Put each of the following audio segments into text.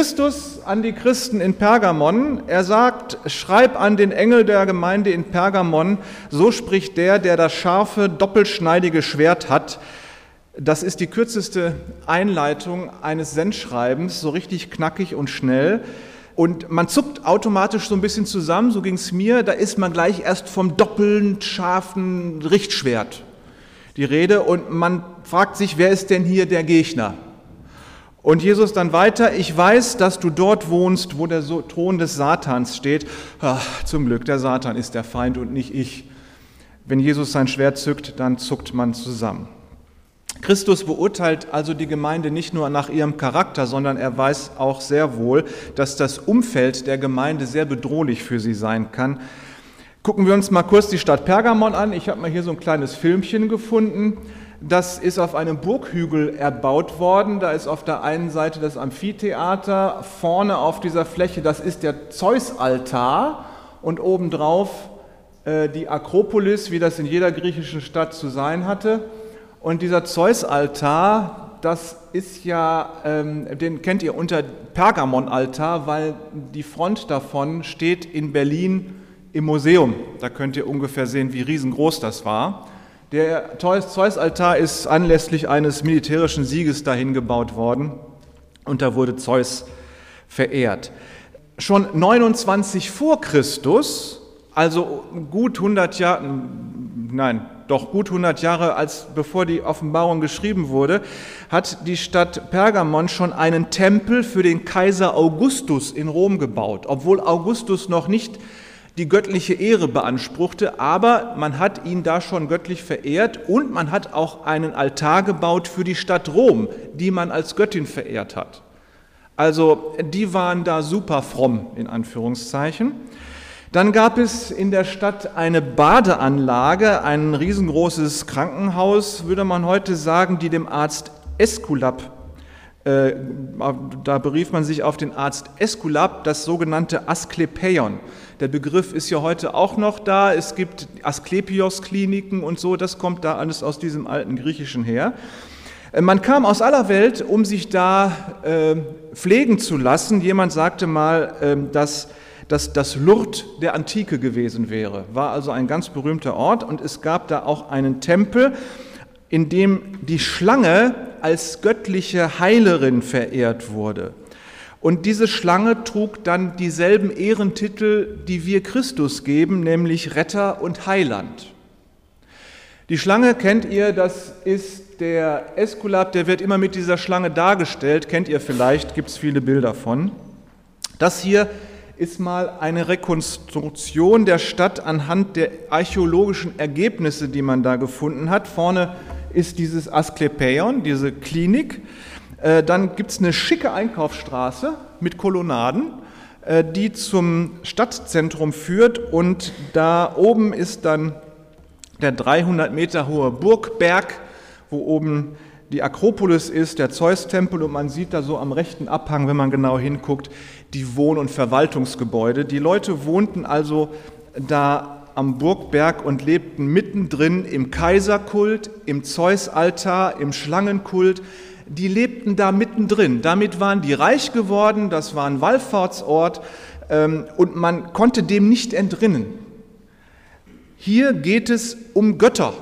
Christus an die Christen in Pergamon, er sagt, schreib an den Engel der Gemeinde in Pergamon, so spricht der das scharfe, doppelschneidige Schwert hat. Das ist die kürzeste Einleitung eines Sendschreibens, so richtig knackig und schnell. Und man zuckt automatisch so ein bisschen zusammen, so ging es mir, da ist man gleich erst vom doppeln, scharfen Richtschwert die Rede und man fragt sich, wer ist denn hier der Gegner? Und Jesus dann weiter, ich weiß, dass du dort wohnst, wo der Thron des Satans steht. Ach, zum Glück, der Satan ist der Feind und nicht ich. Wenn Jesus sein Schwert zückt, dann zuckt man zusammen. Christus beurteilt also die Gemeinde nicht nur nach ihrem Charakter, sondern er weiß auch sehr wohl, dass das Umfeld der Gemeinde sehr bedrohlich für sie sein kann. Gucken wir uns mal kurz die Stadt Pergamon an. Ich habe mal hier so ein kleines Filmchen gefunden. Das ist auf einem Burghügel erbaut worden. Da ist auf der einen Seite das Amphitheater, vorne auf dieser Fläche, das ist der Zeus-Altar und obendrauf die Akropolis, wie das in jeder griechischen Stadt zu sein hatte. Und dieser Zeus-Altar, das ist ja, den kennt ihr unter Pergamon-Altar, weil die Front davon steht in Berlin im Museum. Da könnt ihr ungefähr sehen, wie riesengroß das war. Der Zeus-Altar ist anlässlich eines militärischen Sieges dahin gebaut worden und da wurde Zeus verehrt. Schon 29 vor Christus, also gut 100 Jahre, bevor die Offenbarung geschrieben wurde, hat die Stadt Pergamon schon einen Tempel für den Kaiser Augustus in Rom gebaut, obwohl Augustus noch nicht die göttliche Ehre beanspruchte, aber man hat ihn da schon göttlich verehrt und man hat auch einen Altar gebaut für die Stadt Rom, die man als Göttin verehrt hat. Also die waren da super fromm, in Anführungszeichen. Dann gab es in der Stadt eine Badeanlage, ein riesengroßes Krankenhaus, würde man heute sagen, die dem Arzt Äskulap, da berief man sich auf den Arzt Äskulap, das sogenannte Asklepeion. Der Begriff ist ja heute auch noch da, es gibt Asklepios-Kliniken und so, das kommt da alles aus diesem alten Griechischen her. Man kam aus aller Welt, um sich da pflegen zu lassen. Jemand sagte mal, dass das Lourdes der Antike gewesen wäre, war also ein ganz berühmter Ort und es gab da auch einen Tempel, in dem die Schlange als göttliche Heilerin verehrt wurde. Und diese Schlange trug dann dieselben Ehrentitel, die wir Christus geben, nämlich Retter und Heiland. Die Schlange kennt ihr, das ist der Äskulap, der wird immer mit dieser Schlange dargestellt, kennt ihr vielleicht, gibt es viele Bilder von. Das hier ist mal eine Rekonstruktion der Stadt anhand der archäologischen Ergebnisse, die man da gefunden hat. Vorne ist dieses Asklepeion, diese Klinik. Dann gibt es eine schicke Einkaufsstraße mit Kolonnaden, die zum Stadtzentrum führt und da oben ist dann der 300 Meter hohe Burgberg, wo oben die Akropolis ist, der Zeus-Tempel und man sieht da so am rechten Abhang, wenn man genau hinguckt, die Wohn- und Verwaltungsgebäude. Die Leute wohnten also da am Burgberg und lebten mittendrin im Kaiserkult, im Zeus-Altar, im Schlangenkult. Die lebten da mittendrin. Damit waren die reich geworden, das war ein Wallfahrtsort und man konnte dem nicht entrinnen. Hier geht es um Götter.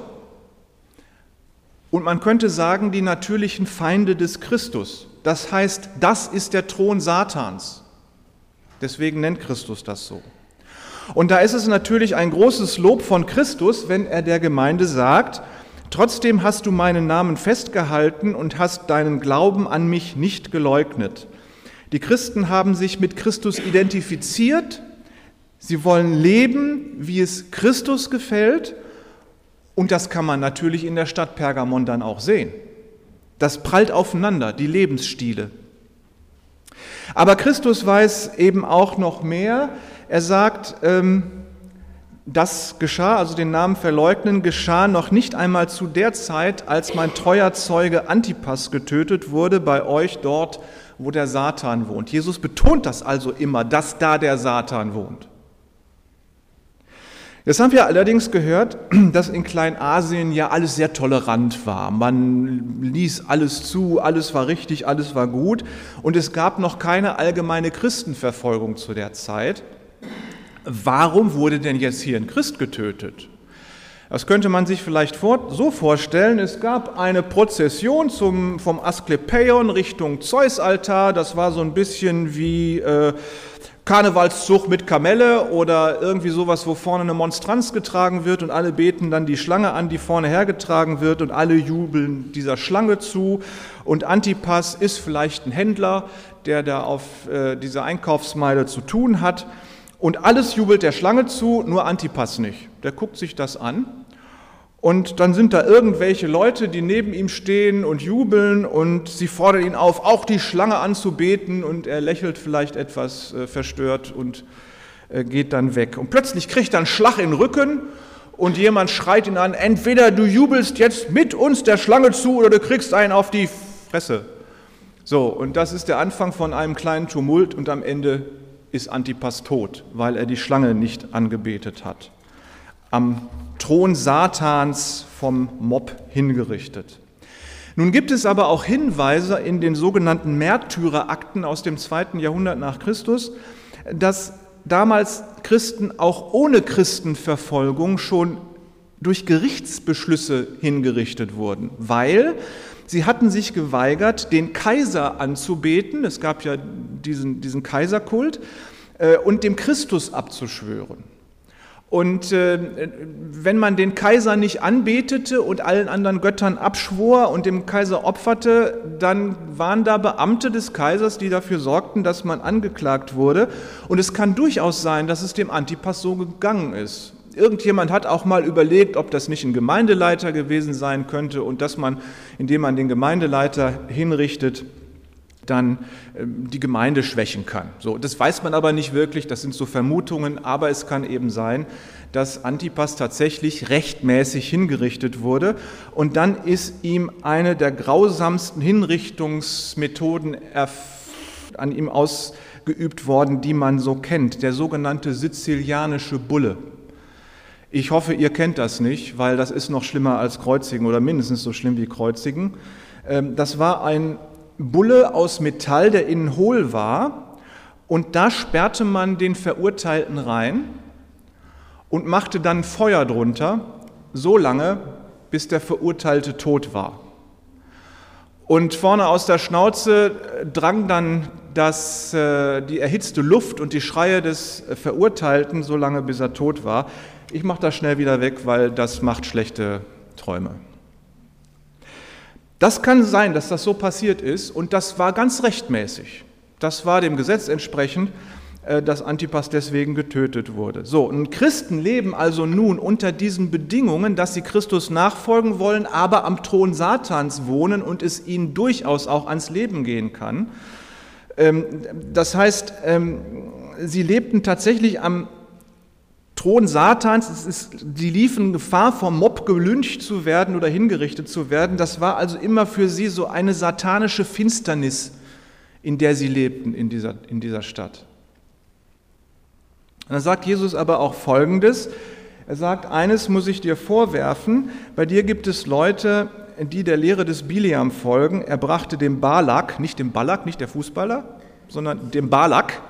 Und man könnte sagen, die natürlichen Feinde des Christus. Das heißt, das ist der Thron Satans. Deswegen nennt Christus das so. Und da ist es natürlich ein großes Lob von Christus, wenn er der Gemeinde sagt, trotzdem hast du meinen Namen festgehalten und hast deinen Glauben an mich nicht geleugnet. Die Christen haben sich mit Christus identifiziert, sie wollen leben, wie es Christus gefällt. Und das kann man natürlich in der Stadt Pergamon dann auch sehen. Das prallt aufeinander, die Lebensstile. Aber Christus weiß eben auch noch mehr. Er sagt, das geschah, also den Namen verleugnen, geschah noch nicht einmal zu der Zeit, als mein treuer Zeuge Antipas getötet wurde bei euch dort, wo der Satan wohnt. Jesus betont das also immer, dass da der Satan wohnt. Jetzt haben wir allerdings gehört, dass in Kleinasien ja alles sehr tolerant war. Man ließ alles zu, alles war richtig, alles war gut und es gab noch keine allgemeine Christenverfolgung zu der Zeit. Warum wurde denn jetzt hier ein Christ getötet? Das könnte man sich vielleicht so vorstellen, es gab eine Prozession vom Asklepion Richtung Zeusaltar, das war so ein bisschen wie Karnevalszug mit Kamelle oder irgendwie sowas, wo vorne eine Monstranz getragen wird und alle beten dann die Schlange an, die vorne hergetragen wird und alle jubeln dieser Schlange zu und Antipas ist vielleicht ein Händler, der da auf dieser Einkaufsmeile zu tun hat und alles jubelt der Schlange zu, nur Antipas nicht. Der guckt sich das an. Und dann sind da irgendwelche Leute, die neben ihm stehen und jubeln und sie fordern ihn auf, auch die Schlange anzubeten und er lächelt vielleicht etwas verstört und geht dann weg. Und plötzlich kriegt er einen Schlag in den Rücken und jemand schreit ihn an, entweder du jubelst jetzt mit uns der Schlange zu oder du kriegst einen auf die Fresse. So, und das ist der Anfang von einem kleinen Tumult und am Ende ist Antipas tot, weil er die Schlange nicht angebetet hat. Am Thron Satans vom Mob hingerichtet. Nun gibt es aber auch Hinweise in den sogenannten Märtyrerakten aus dem 2. Jahrhundert nach Christus, dass damals Christen auch ohne Christenverfolgung schon durch Gerichtsbeschlüsse hingerichtet wurden, weil sie hatten sich geweigert, den Kaiser anzubeten, es gab ja diesen Kaiserkult, und dem Christus abzuschwören. Und wenn man den Kaiser nicht anbetete und allen anderen Göttern abschwor und dem Kaiser opferte, dann waren da Beamte des Kaisers, die dafür sorgten, dass man angeklagt wurde. Und es kann durchaus sein, dass es dem Antipas so gegangen ist. Irgendjemand hat auch mal überlegt, ob das nicht ein Gemeindeleiter gewesen sein könnte und dass man, indem man den Gemeindeleiter hinrichtet, dann die Gemeinde schwächen kann. So, das weiß man aber nicht wirklich, das sind so Vermutungen, aber es kann eben sein, dass Antipas tatsächlich rechtmäßig hingerichtet wurde und dann ist ihm eine der grausamsten Hinrichtungsmethoden an ihm ausgeübt worden, die man so kennt, der sogenannte sizilianische Bulle. Ich hoffe, ihr kennt das nicht, weil das ist noch schlimmer als Kreuzigen oder mindestens so schlimm wie Kreuzigen. Das war ein Bulle aus Metall, der innen hohl war, und da sperrte man den Verurteilten rein und machte dann Feuer drunter, so lange, bis der Verurteilte tot war. Und vorne aus der Schnauze drang dann die erhitzte Luft und die Schreie des Verurteilten, so lange, bis er tot war. Ich mache das schnell wieder weg, weil das macht schlechte Träume. Das kann sein, dass das so passiert ist und das war ganz rechtmäßig. Das war dem Gesetz entsprechend, dass Antipas deswegen getötet wurde. So, und Christen leben also nun unter diesen Bedingungen, dass sie Christus nachfolgen wollen, aber am Thron Satans wohnen und es ihnen durchaus auch ans Leben gehen kann. Das heißt, sie lebten tatsächlich am Thron Satans, die liefen Gefahr, vom Mob gelyncht zu werden oder hingerichtet zu werden. Das war also immer für sie so eine satanische Finsternis, in der sie lebten in dieser Stadt. Und dann sagt Jesus aber auch Folgendes. Er sagt, eines muss ich dir vorwerfen, bei dir gibt es Leute, die der Lehre des Bileam folgen. Er brachte dem Balak, nicht dem Balak, nicht der Fußballer, sondern dem Balak,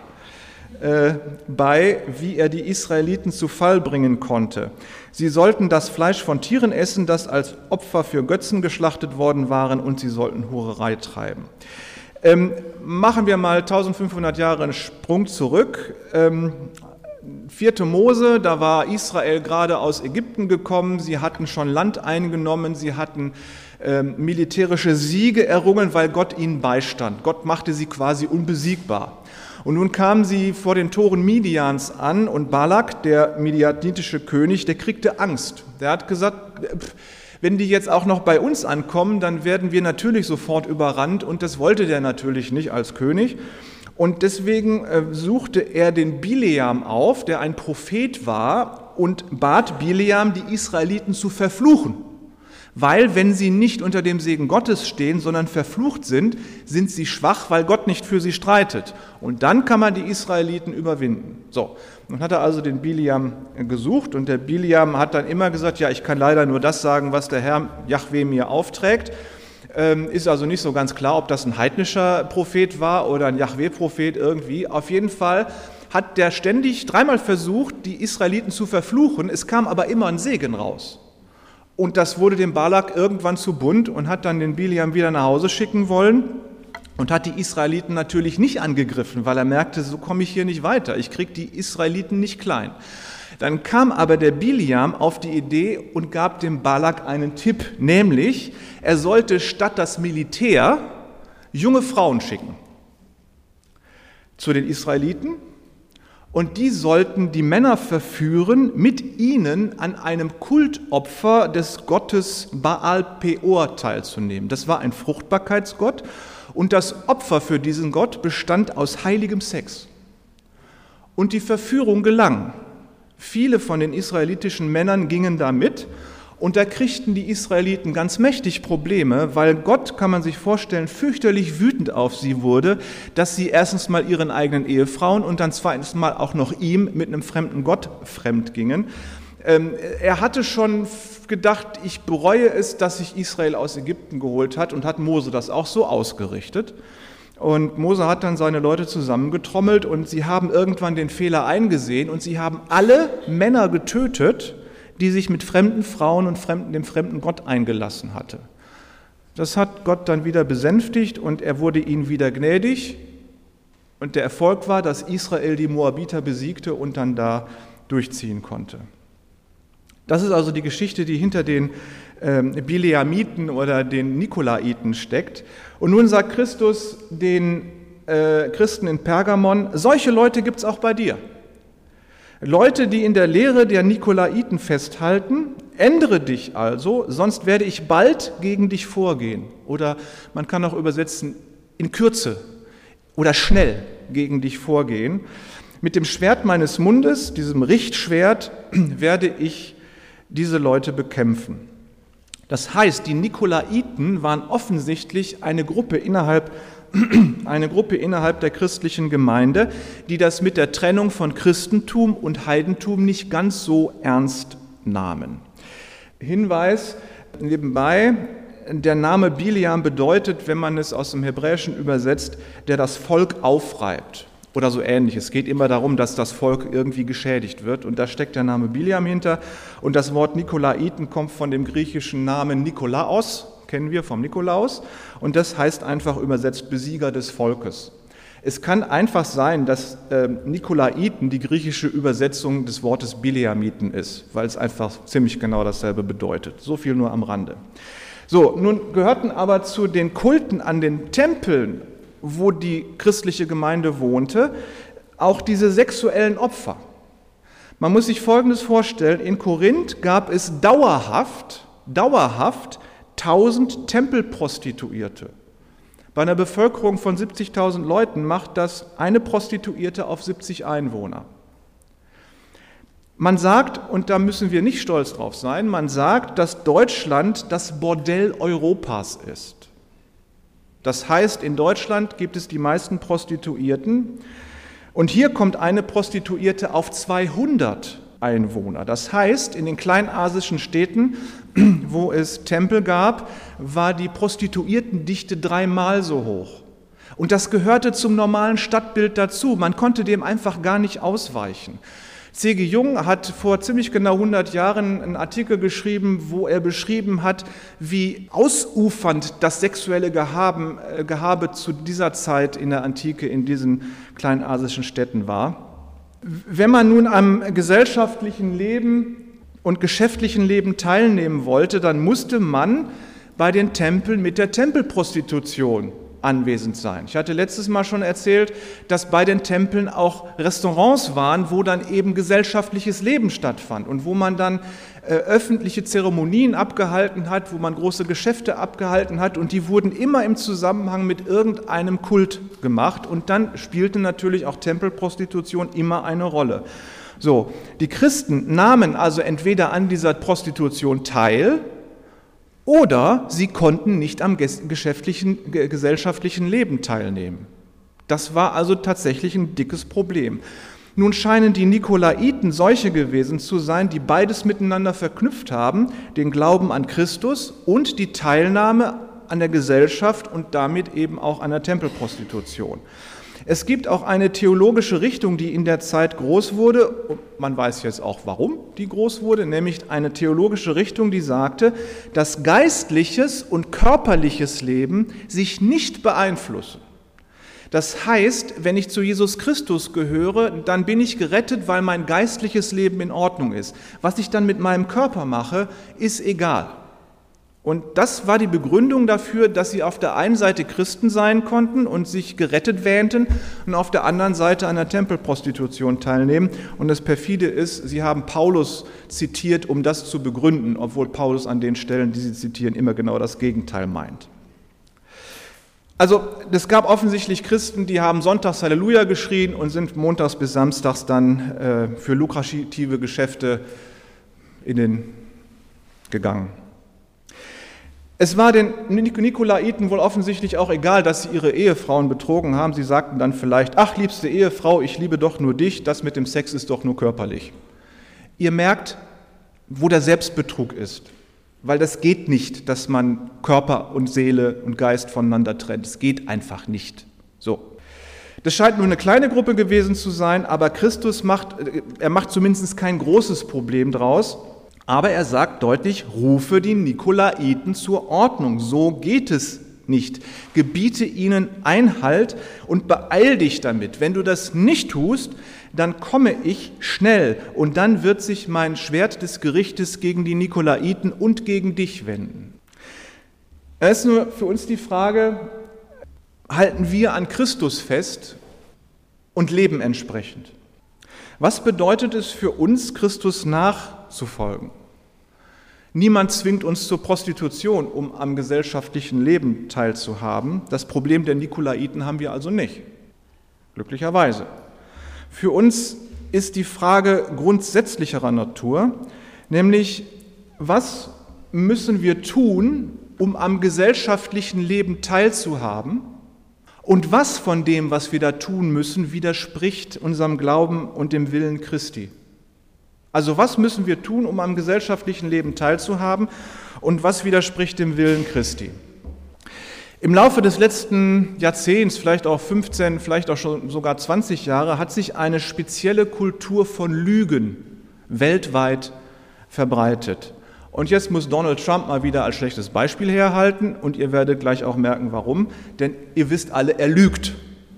bei, wie er die Israeliten zu Fall bringen konnte. Sie sollten das Fleisch von Tieren essen, das als Opfer für Götzen geschlachtet worden waren, und sie sollten Hurerei treiben. Machen wir mal 1500 Jahre einen Sprung zurück. 4. Mose, da war Israel gerade aus Ägypten gekommen, sie hatten schon Land eingenommen, sie hatten militärische Siege errungen, weil Gott ihnen beistand. Gott machte sie quasi unbesiegbar. Und nun kamen sie vor den Toren Midians an und Balak, der midianitische König, der kriegte Angst. Der hat gesagt, wenn die jetzt auch noch bei uns ankommen, dann werden wir natürlich sofort überrannt, und das wollte der natürlich nicht als König. Und deswegen suchte er den Bileam auf, der ein Prophet war, und bat Bileam, die Israeliten zu verfluchen, Weil wenn sie nicht unter dem Segen Gottes stehen, sondern verflucht sind, sind sie schwach, weil Gott nicht für sie streitet. Und dann kann man die Israeliten überwinden. So, nun hat er also den Biliam gesucht und der Biliam hat dann immer gesagt, ja, ich kann leider nur das sagen, was der Herr Jahwe mir aufträgt. Ist also nicht so ganz klar, ob das ein heidnischer Prophet war oder ein Jahwe-Prophet irgendwie. Auf jeden Fall hat der ständig dreimal versucht, die Israeliten zu verfluchen. Es kam aber immer ein Segen raus. Und das wurde dem Balak irgendwann zu bunt und hat dann den Biliam wieder nach Hause schicken wollen und hat die Israeliten natürlich nicht angegriffen, weil er merkte, so komme ich hier nicht weiter, ich kriege die Israeliten nicht klein. Dann kam aber der Biliam auf die Idee und gab dem Balak einen Tipp, nämlich er sollte statt das Militär junge Frauen schicken zu den Israeliten. Und die sollten die Männer verführen, mit ihnen an einem Kultopfer des Gottes Baal Peor teilzunehmen. Das war ein Fruchtbarkeitsgott und das Opfer für diesen Gott bestand aus heiligem Sex. Und die Verführung gelang. Viele von den israelitischen Männern gingen da mit und da kriegten die Israeliten ganz mächtig Probleme, weil Gott, kann man sich vorstellen, fürchterlich wütend auf sie wurde, dass sie erstens mal ihren eigenen Ehefrauen und dann zweitens mal auch noch ihm mit einem fremden Gott fremd gingen. Er hatte schon gedacht, ich bereue es, dass sich Israel aus Ägypten geholt hat und hat Mose das auch so ausgerichtet. Und Mose hat dann seine Leute zusammengetrommelt und sie haben irgendwann den Fehler eingesehen und sie haben alle Männer getötet, die sich mit fremden Frauen und dem fremden Gott eingelassen hatte. Das hat Gott dann wieder besänftigt und er wurde ihnen wieder gnädig. Und der Erfolg war, dass Israel die Moabiter besiegte und dann da durchziehen konnte. Das ist also die Geschichte, die hinter den Bileamiten oder den Nikolaiten steckt. Und nun sagt Christus den Christen in Pergamon, solche Leute gibt es auch bei dir. Leute, die in der Lehre der Nikolaiten festhalten, ändere dich also, sonst werde ich bald gegen dich vorgehen. Oder man kann auch übersetzen, in Kürze oder schnell gegen dich vorgehen. Mit dem Schwert meines Mundes, diesem Richtschwert, werde ich diese Leute bekämpfen. Das heißt, die Nikolaiten waren offensichtlich eine Gruppe innerhalb der christlichen Gemeinde, die das mit der Trennung von Christentum und Heidentum nicht ganz so ernst nahmen. Hinweis nebenbei, der Name Biliam bedeutet, wenn man es aus dem Hebräischen übersetzt, der das Volk aufreibt oder so ähnlich. Es geht immer darum, dass das Volk irgendwie geschädigt wird und da steckt der Name Biliam hinter und das Wort Nikolaiten kommt von dem griechischen Namen Nikolaos, kennen wir vom Nikolaus, und das heißt einfach übersetzt Besieger des Volkes. Es kann einfach sein, dass Nikolaiten die griechische Übersetzung des Wortes Bileamiten ist, weil es einfach ziemlich genau dasselbe bedeutet. So viel nur am Rande. So, nun gehörten aber zu den Kulten an den Tempeln, wo die christliche Gemeinde wohnte, auch diese sexuellen Opfer. Man muss sich Folgendes vorstellen, in Korinth gab es dauerhaft 1000 Tempelprostituierte. Bei einer Bevölkerung von 70.000 Leuten macht das eine Prostituierte auf 70 Einwohner. Man sagt, und da müssen wir nicht stolz drauf sein, man sagt, dass Deutschland das Bordell Europas ist. Das heißt, in Deutschland gibt es die meisten Prostituierten und hier kommt eine Prostituierte auf 200 Einwohner. Das heißt, in den kleinasischen Städten, wo es Tempel gab, war die Prostituiertendichte 3-mal so hoch. Und das gehörte zum normalen Stadtbild dazu. Man konnte dem einfach gar nicht ausweichen. C.G. Jung hat vor ziemlich genau 100 Jahren einen Artikel geschrieben, wo er beschrieben hat, wie ausufernd das sexuelle Gehabe zu dieser Zeit in der Antike in diesen kleinasischen Städten war. Wenn man nun am gesellschaftlichen Leben und geschäftlichen Leben teilnehmen wollte, dann musste man bei den Tempeln mit der Tempelprostitution anwesend sein. Ich hatte letztes Mal schon erzählt, dass bei den Tempeln auch Restaurants waren, wo dann eben gesellschaftliches Leben stattfand und wo man dann öffentliche Zeremonien abgehalten hat, wo man große Geschäfte abgehalten hat und die wurden immer im Zusammenhang mit irgendeinem Kult gemacht und dann spielte natürlich auch Tempelprostitution immer eine Rolle. So, die Christen nahmen also entweder an dieser Prostitution teil oder sie konnten nicht am gesellschaftlichen Leben teilnehmen. Das war also tatsächlich ein dickes Problem. Nun scheinen die Nikolaiten solche gewesen zu sein, die beides miteinander verknüpft haben, den Glauben an Christus und die Teilnahme an der Gesellschaft und damit eben auch an der Tempelprostitution. Es gibt auch eine theologische Richtung, die in der Zeit groß wurde, und man weiß jetzt auch, warum die groß wurde, nämlich eine theologische Richtung, die sagte, dass geistliches und körperliches Leben sich nicht beeinflussen. Das heißt, wenn ich zu Jesus Christus gehöre, dann bin ich gerettet, weil mein geistliches Leben in Ordnung ist. Was ich dann mit meinem Körper mache, ist egal. Und das war die Begründung dafür, dass sie auf der einen Seite Christen sein konnten und sich gerettet wähnten und auf der anderen Seite an der Tempelprostitution teilnehmen. Und das perfide ist, sie haben Paulus zitiert, um das zu begründen, obwohl Paulus an den Stellen, die sie zitieren, immer genau das Gegenteil meint. Also es gab offensichtlich Christen, die haben sonntags Halleluja geschrien und sind montags bis samstags dann für lukrative Geschäfte gegangen. Es war den Nikolaiten wohl offensichtlich auch egal, dass sie ihre Ehefrauen betrogen haben. Sie sagten dann vielleicht, ach liebste Ehefrau, ich liebe doch nur dich, das mit dem Sex ist doch nur körperlich. Ihr merkt, wo der Selbstbetrug ist. Weil das geht nicht, dass man Körper und Seele und Geist voneinander trennt. Es geht einfach nicht. So. Das scheint nur eine kleine Gruppe gewesen zu sein, aber Christus macht zumindest kein großes Problem draus. Aber er sagt deutlich, rufe die Nikolaiten zur Ordnung. So geht es nicht. Gebiete ihnen Einhalt und beeil dich damit. Wenn du das nicht tust, dann komme ich schnell und dann wird sich mein Schwert des Gerichtes gegen die Nikolaiten und gegen dich wenden. Es ist nur für uns die Frage, halten wir an Christus fest und leben entsprechend? Was bedeutet es für uns, Christus nachzufolgen? Niemand zwingt uns zur Prostitution, um am gesellschaftlichen Leben teilzuhaben. Das Problem der Nikolaiten haben wir also nicht, glücklicherweise. Für uns ist die Frage grundsätzlicherer Natur, nämlich, was müssen wir tun, um am gesellschaftlichen Leben teilzuhaben? Und was von dem, was wir da tun müssen, widerspricht unserem Glauben und dem Willen Christi? Also was müssen wir tun, um am gesellschaftlichen Leben teilzuhaben? Und was widerspricht dem Willen Christi? Im Laufe des letzten Jahrzehnts, vielleicht auch 15, vielleicht auch schon sogar 20 Jahre, hat sich eine spezielle Kultur von Lügen weltweit verbreitet. Und jetzt muss Donald Trump mal wieder als schlechtes Beispiel herhalten und ihr werdet gleich auch merken, warum. Denn ihr wisst alle, er lügt.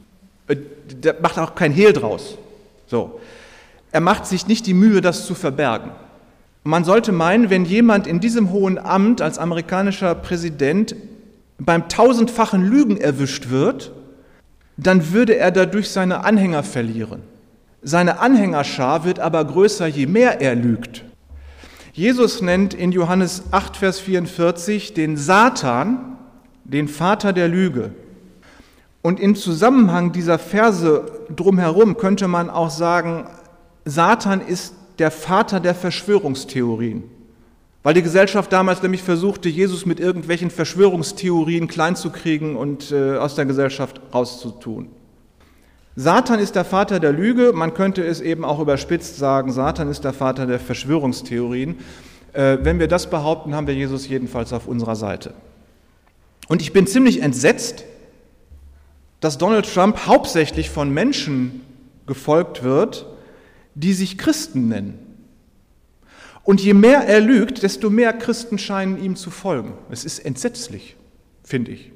Der macht auch kein Hehl draus. So. Er macht sich nicht die Mühe, das zu verbergen. Man sollte meinen, wenn jemand in diesem hohen Amt als amerikanischer Präsident beim tausendfachen Lügen erwischt wird, dann würde er dadurch seine Anhänger verlieren. Seine Anhängerschar wird aber größer, je mehr er lügt. Jesus nennt in Johannes 8, Vers 44 den Satan, den Vater der Lüge. Und im Zusammenhang dieser Verse drumherum könnte man auch sagen, Satan ist der Vater der Verschwörungstheorien, weil die Gesellschaft damals nämlich versuchte, Jesus mit irgendwelchen Verschwörungstheorien kleinzukriegen und aus der Gesellschaft rauszutun. Satan ist der Vater der Lüge, man könnte es eben auch überspitzt sagen, Satan ist der Vater der Verschwörungstheorien. Wenn wir das behaupten, haben wir Jesus jedenfalls auf unserer Seite. Und ich bin ziemlich entsetzt, dass Donald Trump hauptsächlich von Menschen gefolgt wird, die sich Christen nennen. Und je mehr er lügt, desto mehr Christen scheinen ihm zu folgen. Es ist entsetzlich, finde ich.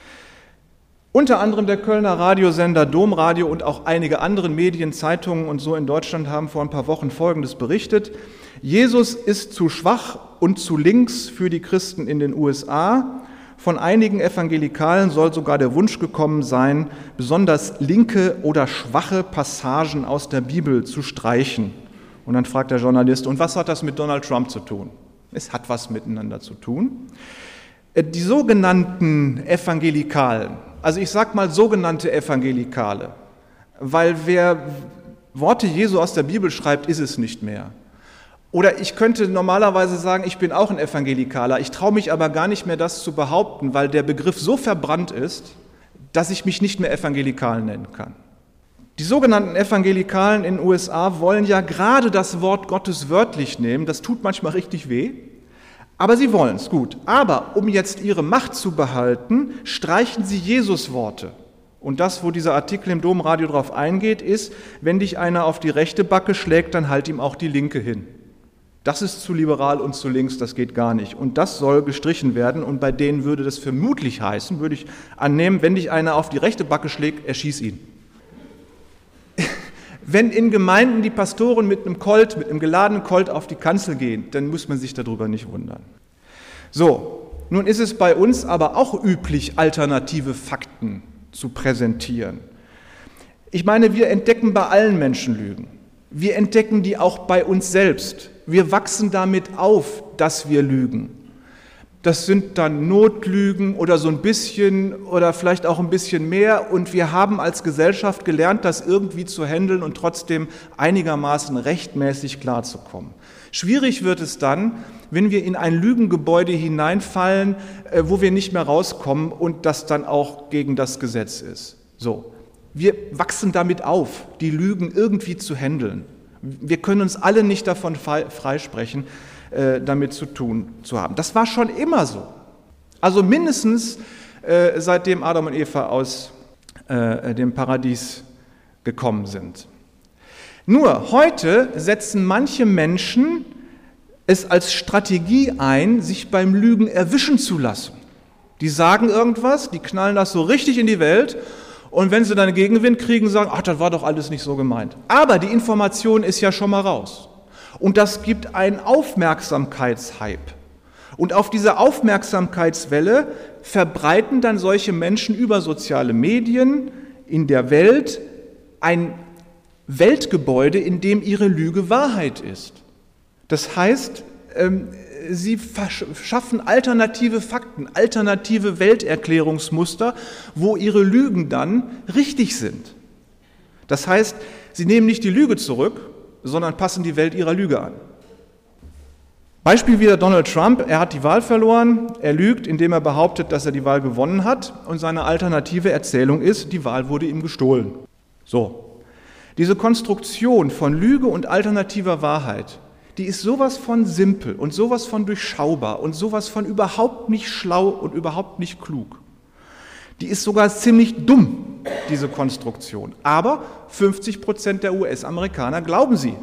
Unter anderem der Kölner Radiosender Domradio und auch einige andere Medien, Zeitungen und so in Deutschland haben vor ein paar Wochen Folgendes berichtet. Jesus ist zu schwach und zu links für die Christen in den USA. Von einigen Evangelikalen soll sogar der Wunsch gekommen sein, besonders linke oder schwache Passagen aus der Bibel zu streichen. Und dann fragt der Journalist, und was hat das mit Donald Trump zu tun? Es hat was miteinander zu tun. Die sogenannten Evangelikalen, also ich sage mal sogenannte Evangelikale, weil wer Worte Jesu aus der Bibel schreibt, ist es nicht mehr. Oder ich könnte normalerweise sagen, ich bin auch ein Evangelikaler. Ich traue mich aber gar nicht mehr, das zu behaupten, weil der Begriff so verbrannt ist, dass ich mich nicht mehr evangelikal nennen kann. Die sogenannten Evangelikalen in den USA wollen ja gerade das Wort Gottes wörtlich nehmen. Das tut manchmal richtig weh, aber sie wollen es, gut. Aber um jetzt ihre Macht zu behalten, streichen sie Jesus-Worte. Und das, wo dieser Artikel im Domradio drauf eingeht, ist, wenn dich einer auf die rechte Backe schlägt, dann halt ihm auch die linke hin. Das ist zu liberal und zu links, das geht gar nicht. Und das soll gestrichen werden und bei denen würde das vermutlich heißen, würde ich annehmen, wenn dich einer auf die rechte Backe schlägt, erschieß ihn. Wenn in Gemeinden die Pastoren mit einem geladenen Colt auf die Kanzel gehen, dann muss man sich darüber nicht wundern. So, nun ist es bei uns aber auch üblich, alternative Fakten zu präsentieren. Ich meine, wir entdecken bei allen Menschen Lügen. Wir entdecken die auch bei uns selbst. Wir wachsen damit auf, dass wir lügen. Das sind dann Notlügen oder so ein bisschen oder vielleicht auch ein bisschen mehr. Und wir haben als Gesellschaft gelernt, das irgendwie zu handeln und trotzdem einigermaßen rechtmäßig klarzukommen. Schwierig wird es dann, wenn wir in ein Lügengebäude hineinfallen, wo wir nicht mehr rauskommen und das dann auch gegen das Gesetz ist. So, wir wachsen damit auf, die Lügen irgendwie zu handeln. Wir können uns alle nicht davon freisprechen, damit zu tun zu haben. Das war schon immer so. Also mindestens seitdem Adam und Eva aus dem Paradies gekommen sind. Nur heute setzen manche Menschen es als Strategie ein, sich beim Lügen erwischen zu lassen. Die sagen irgendwas, die knallen das so richtig in die Welt und wenn sie dann Gegenwind kriegen, sagen, ach, das war doch alles nicht so gemeint. Aber die Information ist ja schon mal raus. Und das gibt einen Aufmerksamkeitshype. Und auf dieser Aufmerksamkeitswelle verbreiten dann solche Menschen über soziale Medien in der Welt ein Weltgebäude, in dem ihre Lüge Wahrheit ist. Das heißt, sie schaffen alternative Fakten, alternative Welterklärungsmuster, wo ihre Lügen dann richtig sind. Das heißt, sie nehmen nicht die Lüge zurück, sondern passen die Welt ihrer Lüge an. Beispiel wieder Donald Trump, er hat die Wahl verloren, er lügt, indem er behauptet, dass er die Wahl gewonnen hat und seine alternative Erzählung ist, die Wahl wurde ihm gestohlen. So, diese Konstruktion von Lüge und alternativer Wahrheit, die ist sowas von simpel und sowas von durchschaubar und sowas von überhaupt nicht schlau und überhaupt nicht klug. Die ist sogar ziemlich dumm, diese Konstruktion. Aber 50% der US-Amerikaner glauben sie.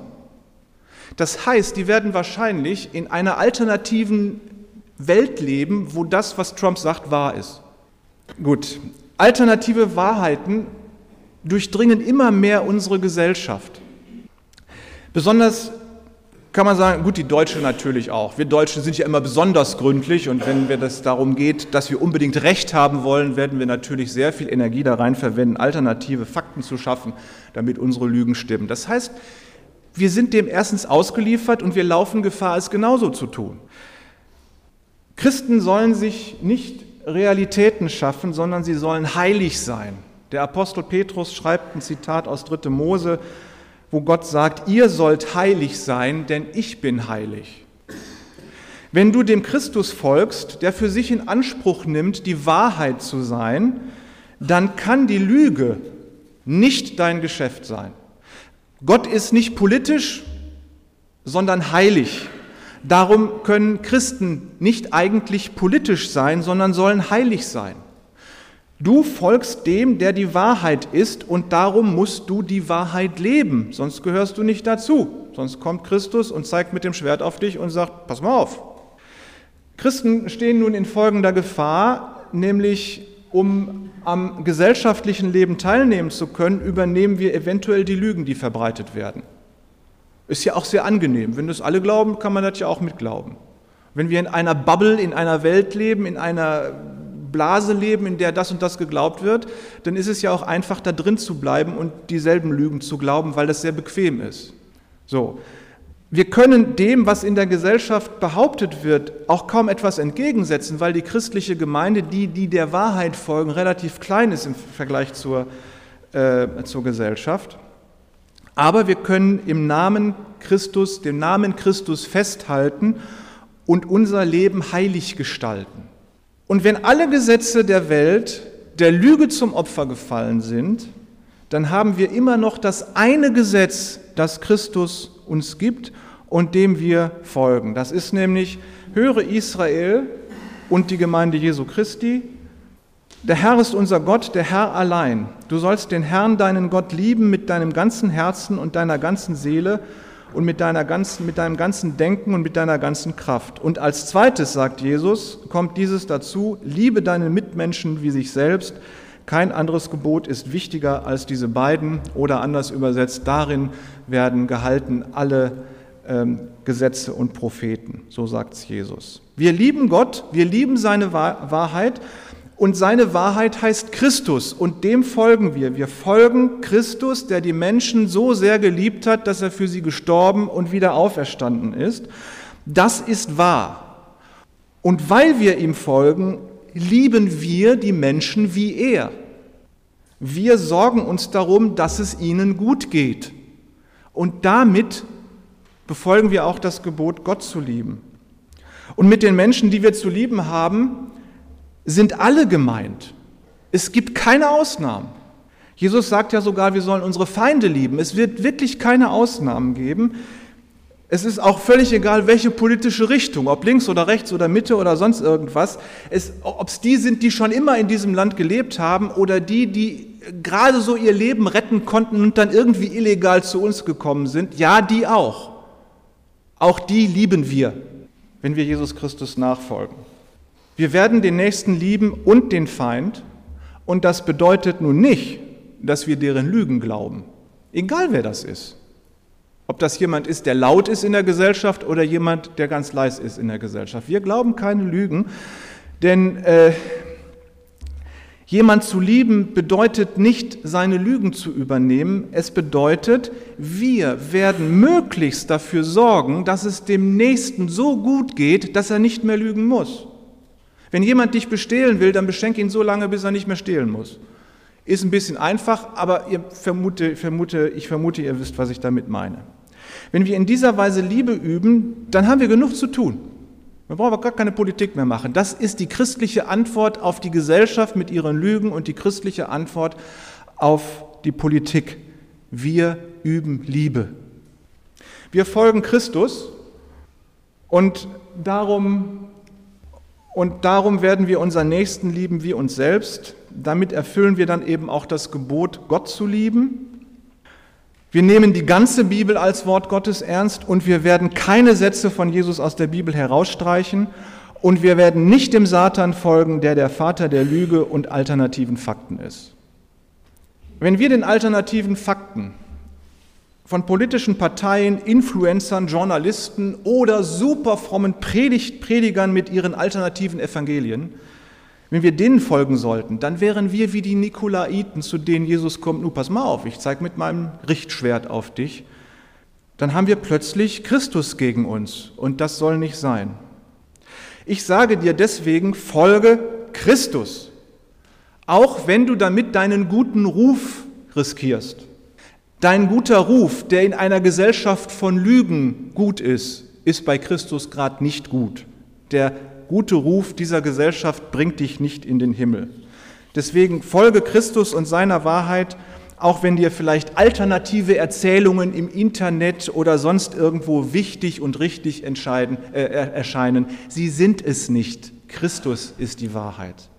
Das heißt, die werden wahrscheinlich in einer alternativen Welt leben, wo das, was Trump sagt, wahr ist. Gut, alternative Wahrheiten durchdringen immer mehr unsere Gesellschaft. Besonders kann man sagen, gut, die Deutsche natürlich auch. Wir Deutschen sind ja immer besonders gründlich und wenn es darum geht, dass wir unbedingt Recht haben wollen, werden wir natürlich sehr viel Energie da rein verwenden, alternative Fakten zu schaffen, damit unsere Lügen stimmen. Das heißt, wir sind dem erstens ausgeliefert und wir laufen Gefahr, es genauso zu tun. Christen sollen sich nicht Realitäten schaffen, sondern sie sollen heilig sein. Der Apostel Petrus schreibt ein Zitat aus 3. Mose, wo Gott sagt, ihr sollt heilig sein, denn ich bin heilig. Wenn du dem Christus folgst, der für sich in Anspruch nimmt, die Wahrheit zu sein, dann kann die Lüge nicht dein Geschäft sein. Gott ist nicht politisch, sondern heilig. Darum können Christen nicht eigentlich politisch sein, sondern sollen heilig sein. Du folgst dem, der die Wahrheit ist, und darum musst du die Wahrheit leben, sonst gehörst du nicht dazu. Sonst kommt Christus und zeigt mit dem Schwert auf dich und sagt, pass mal auf. Christen stehen nun in folgender Gefahr, nämlich um am gesellschaftlichen Leben teilnehmen zu können, übernehmen wir eventuell die Lügen, die verbreitet werden. Ist ja auch sehr angenehm. Wenn das alle glauben, kann man das ja auch mitglauben. Wenn wir in einer Bubble, in einer Welt leben, in einer Blase leben, in der das und das geglaubt wird, dann ist es ja auch einfach, da drin zu bleiben und dieselben Lügen zu glauben, weil das sehr bequem ist. So. Wir können dem, was in der Gesellschaft behauptet wird, auch kaum etwas entgegensetzen, weil die christliche Gemeinde, die der Wahrheit folgen, relativ klein ist im Vergleich zur Gesellschaft. Aber wir können im Namen Christus, dem Namen Christus festhalten und unser Leben heilig gestalten. Und wenn alle Gesetze der Welt der Lüge zum Opfer gefallen sind, dann haben wir immer noch das eine Gesetz, das Christus uns gibt und dem wir folgen. Das ist nämlich: Höre Israel und die Gemeinde Jesu Christi, der Herr ist unser Gott, der Herr allein. Du sollst den Herrn, deinen Gott, lieben mit deinem ganzen Herzen und deiner ganzen Seele und mit deinem ganzen Denken und mit deiner ganzen Kraft. Und als zweites, sagt Jesus, kommt dieses dazu: Liebe deinen Mitmenschen wie sich selbst. Kein anderes Gebot ist wichtiger als diese beiden. Oder anders übersetzt: Darin werden gehalten alle Gesetze und Propheten. So sagt es Jesus. Wir lieben Gott, wir lieben seine Wahrheit. Und seine Wahrheit heißt Christus, und dem folgen wir. Wir folgen Christus, der die Menschen so sehr geliebt hat, dass er für sie gestorben und wieder auferstanden ist. Das ist wahr. Und weil wir ihm folgen, lieben wir die Menschen wie er. Wir sorgen uns darum, dass es ihnen gut geht. Und damit befolgen wir auch das Gebot, Gott zu lieben. Und mit den Menschen, die wir zu lieben haben, sind alle gemeint. Es gibt keine Ausnahmen. Jesus sagt ja sogar, wir sollen unsere Feinde lieben. Es wird wirklich keine Ausnahmen geben. Es ist auch völlig egal, welche politische Richtung, ob links oder rechts oder Mitte oder sonst irgendwas, ob es die sind, die schon immer in diesem Land gelebt haben, oder die gerade so ihr Leben retten konnten und dann irgendwie illegal zu uns gekommen sind. Ja, die auch. Auch die lieben wir, wenn wir Jesus Christus nachfolgen. Wir werden den Nächsten lieben und den Feind, und das bedeutet nun nicht, dass wir deren Lügen glauben, egal wer das ist. Ob das jemand ist, der laut ist in der Gesellschaft, oder jemand, der ganz leise ist in der Gesellschaft. Wir glauben keine Lügen, denn jemand zu lieben bedeutet nicht, seine Lügen zu übernehmen. Es bedeutet, wir werden möglichst dafür sorgen, dass es dem Nächsten so gut geht, dass er nicht mehr lügen muss. Wenn jemand dich bestehlen will, dann beschenk ihn so lange, bis er nicht mehr stehlen muss. Ist ein bisschen einfach, aber ich vermute, ihr wisst, was ich damit meine. Wenn wir in dieser Weise Liebe üben, dann haben wir genug zu tun. Wir brauchen aber gar keine Politik mehr machen. Das ist die christliche Antwort auf die Gesellschaft mit ihren Lügen und die christliche Antwort auf die Politik. Wir üben Liebe. Wir folgen Christus, und darum werden wir unseren Nächsten lieben wie uns selbst. Damit erfüllen wir dann eben auch das Gebot, Gott zu lieben. Wir nehmen die ganze Bibel als Wort Gottes ernst, und wir werden keine Sätze von Jesus aus der Bibel herausstreichen, und wir werden nicht dem Satan folgen, der Vater der Lüge und alternativen Fakten ist. Wenn wir den alternativen Fakten von politischen Parteien, Influencern, Journalisten oder superfrommen Predigern mit ihren alternativen Evangelien, wenn wir denen folgen sollten, dann wären wir wie die Nikolaiten, zu denen Jesus kommt: Pass mal auf, ich zeige mit meinem Richtschwert auf dich. Dann haben wir plötzlich Christus gegen uns, und das soll nicht sein. Ich sage dir deswegen, folge Christus, auch wenn du damit deinen guten Ruf riskierst. Dein guter Ruf, der in einer Gesellschaft von Lügen gut ist bei Christus gerade nicht gut. Der gute Ruf dieser Gesellschaft bringt dich nicht in den Himmel. Deswegen folge Christus und seiner Wahrheit, auch wenn dir vielleicht alternative Erzählungen im Internet oder sonst irgendwo wichtig und richtig erscheinen. Sie sind es nicht. Christus ist die Wahrheit.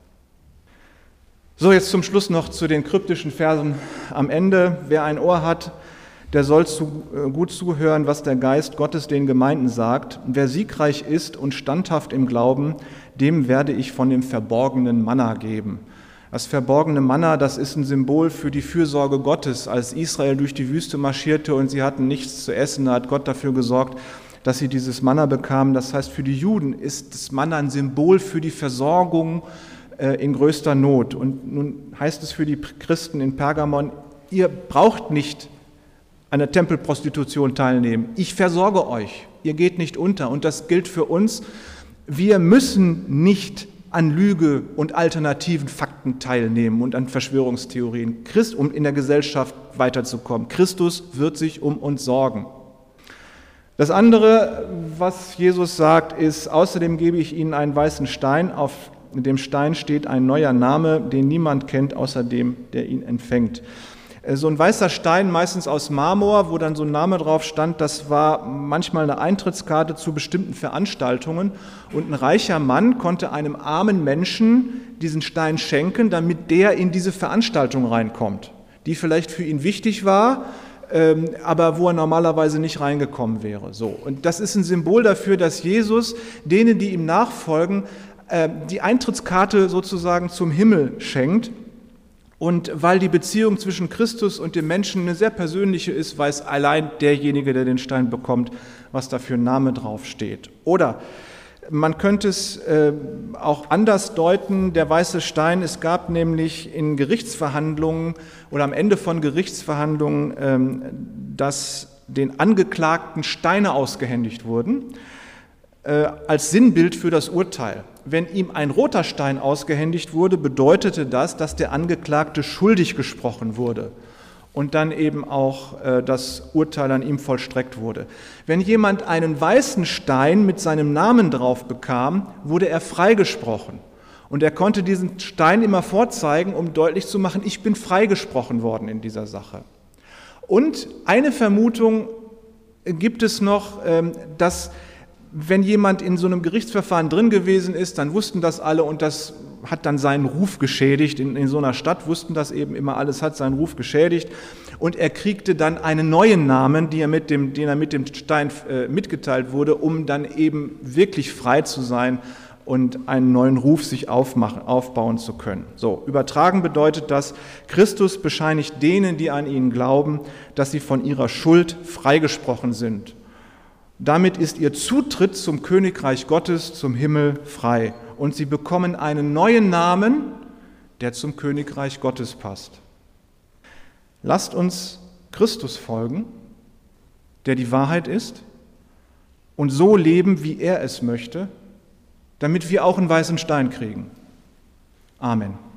So, jetzt zum Schluss noch zu den kryptischen Versen am Ende. Wer ein Ohr hat, der soll gut zuhören, was der Geist Gottes den Gemeinden sagt. Wer siegreich ist und standhaft im Glauben, dem werde ich von dem verborgenen Manna geben. Das verborgene Manna, das ist ein Symbol für die Fürsorge Gottes. Als Israel durch die Wüste marschierte und sie hatten nichts zu essen, da hat Gott dafür gesorgt, dass sie dieses Manna bekamen. Das heißt, für die Juden ist das Manna ein Symbol für die Versorgung in größter Not. Und nun heißt es für die Christen in Pergamon: Ihr braucht nicht an der Tempelprostitution teilnehmen. Ich versorge euch. Ihr geht nicht unter. Und das gilt für uns. Wir müssen nicht an Lüge und alternativen Fakten teilnehmen und an Verschwörungstheorien, um in der Gesellschaft weiterzukommen. Christus wird sich um uns sorgen. Das andere, was Jesus sagt, ist, außerdem gebe ich ihnen einen weißen Stein, auf dem Stein steht ein neuer Name, den niemand kennt, außer dem, der ihn empfängt. So ein weißer Stein, meistens aus Marmor, wo dann so ein Name drauf stand, das war manchmal eine Eintrittskarte zu bestimmten Veranstaltungen. Und ein reicher Mann konnte einem armen Menschen diesen Stein schenken, damit der in diese Veranstaltung reinkommt, die vielleicht für ihn wichtig war, aber wo er normalerweise nicht reingekommen wäre. So. Und das ist ein Symbol dafür, dass Jesus denen, die ihm nachfolgen, die Eintrittskarte sozusagen zum Himmel schenkt. Und weil die Beziehung zwischen Christus und dem Menschen eine sehr persönliche ist, weiß allein derjenige, der den Stein bekommt, was da für ein Name draufsteht. Oder man könnte es auch anders deuten, der weiße Stein, es gab nämlich in Gerichtsverhandlungen oder am Ende von Gerichtsverhandlungen, dass den Angeklagten Steine ausgehändigt wurden, als Sinnbild für das Urteil. Wenn ihm ein roter Stein ausgehändigt wurde, bedeutete das, dass der Angeklagte schuldig gesprochen wurde und dann eben auch das Urteil an ihm vollstreckt wurde. Wenn jemand einen weißen Stein mit seinem Namen drauf bekam, wurde er freigesprochen. Und er konnte diesen Stein immer vorzeigen, um deutlich zu machen, ich bin freigesprochen worden in dieser Sache. Und eine Vermutung gibt es noch, dass wenn jemand in so einem Gerichtsverfahren drin gewesen ist, dann wussten das alle und das hat dann seinen Ruf geschädigt. In so einer Stadt wussten das eben immer, alles hat seinen Ruf geschädigt. Und er kriegte dann einen neuen Namen, den er mit dem Stein mitgeteilt wurde, um dann eben wirklich frei zu sein und einen neuen Ruf sich aufbauen zu können. So, übertragen bedeutet das, Christus bescheinigt denen, die an ihn glauben, dass sie von ihrer Schuld freigesprochen sind. Damit ist ihr Zutritt zum Königreich Gottes, zum Himmel, frei. Und sie bekommen einen neuen Namen, der zum Königreich Gottes passt. Lasst uns Christus folgen, der die Wahrheit ist, und so leben, wie er es möchte, damit wir auch einen weißen Stein kriegen. Amen.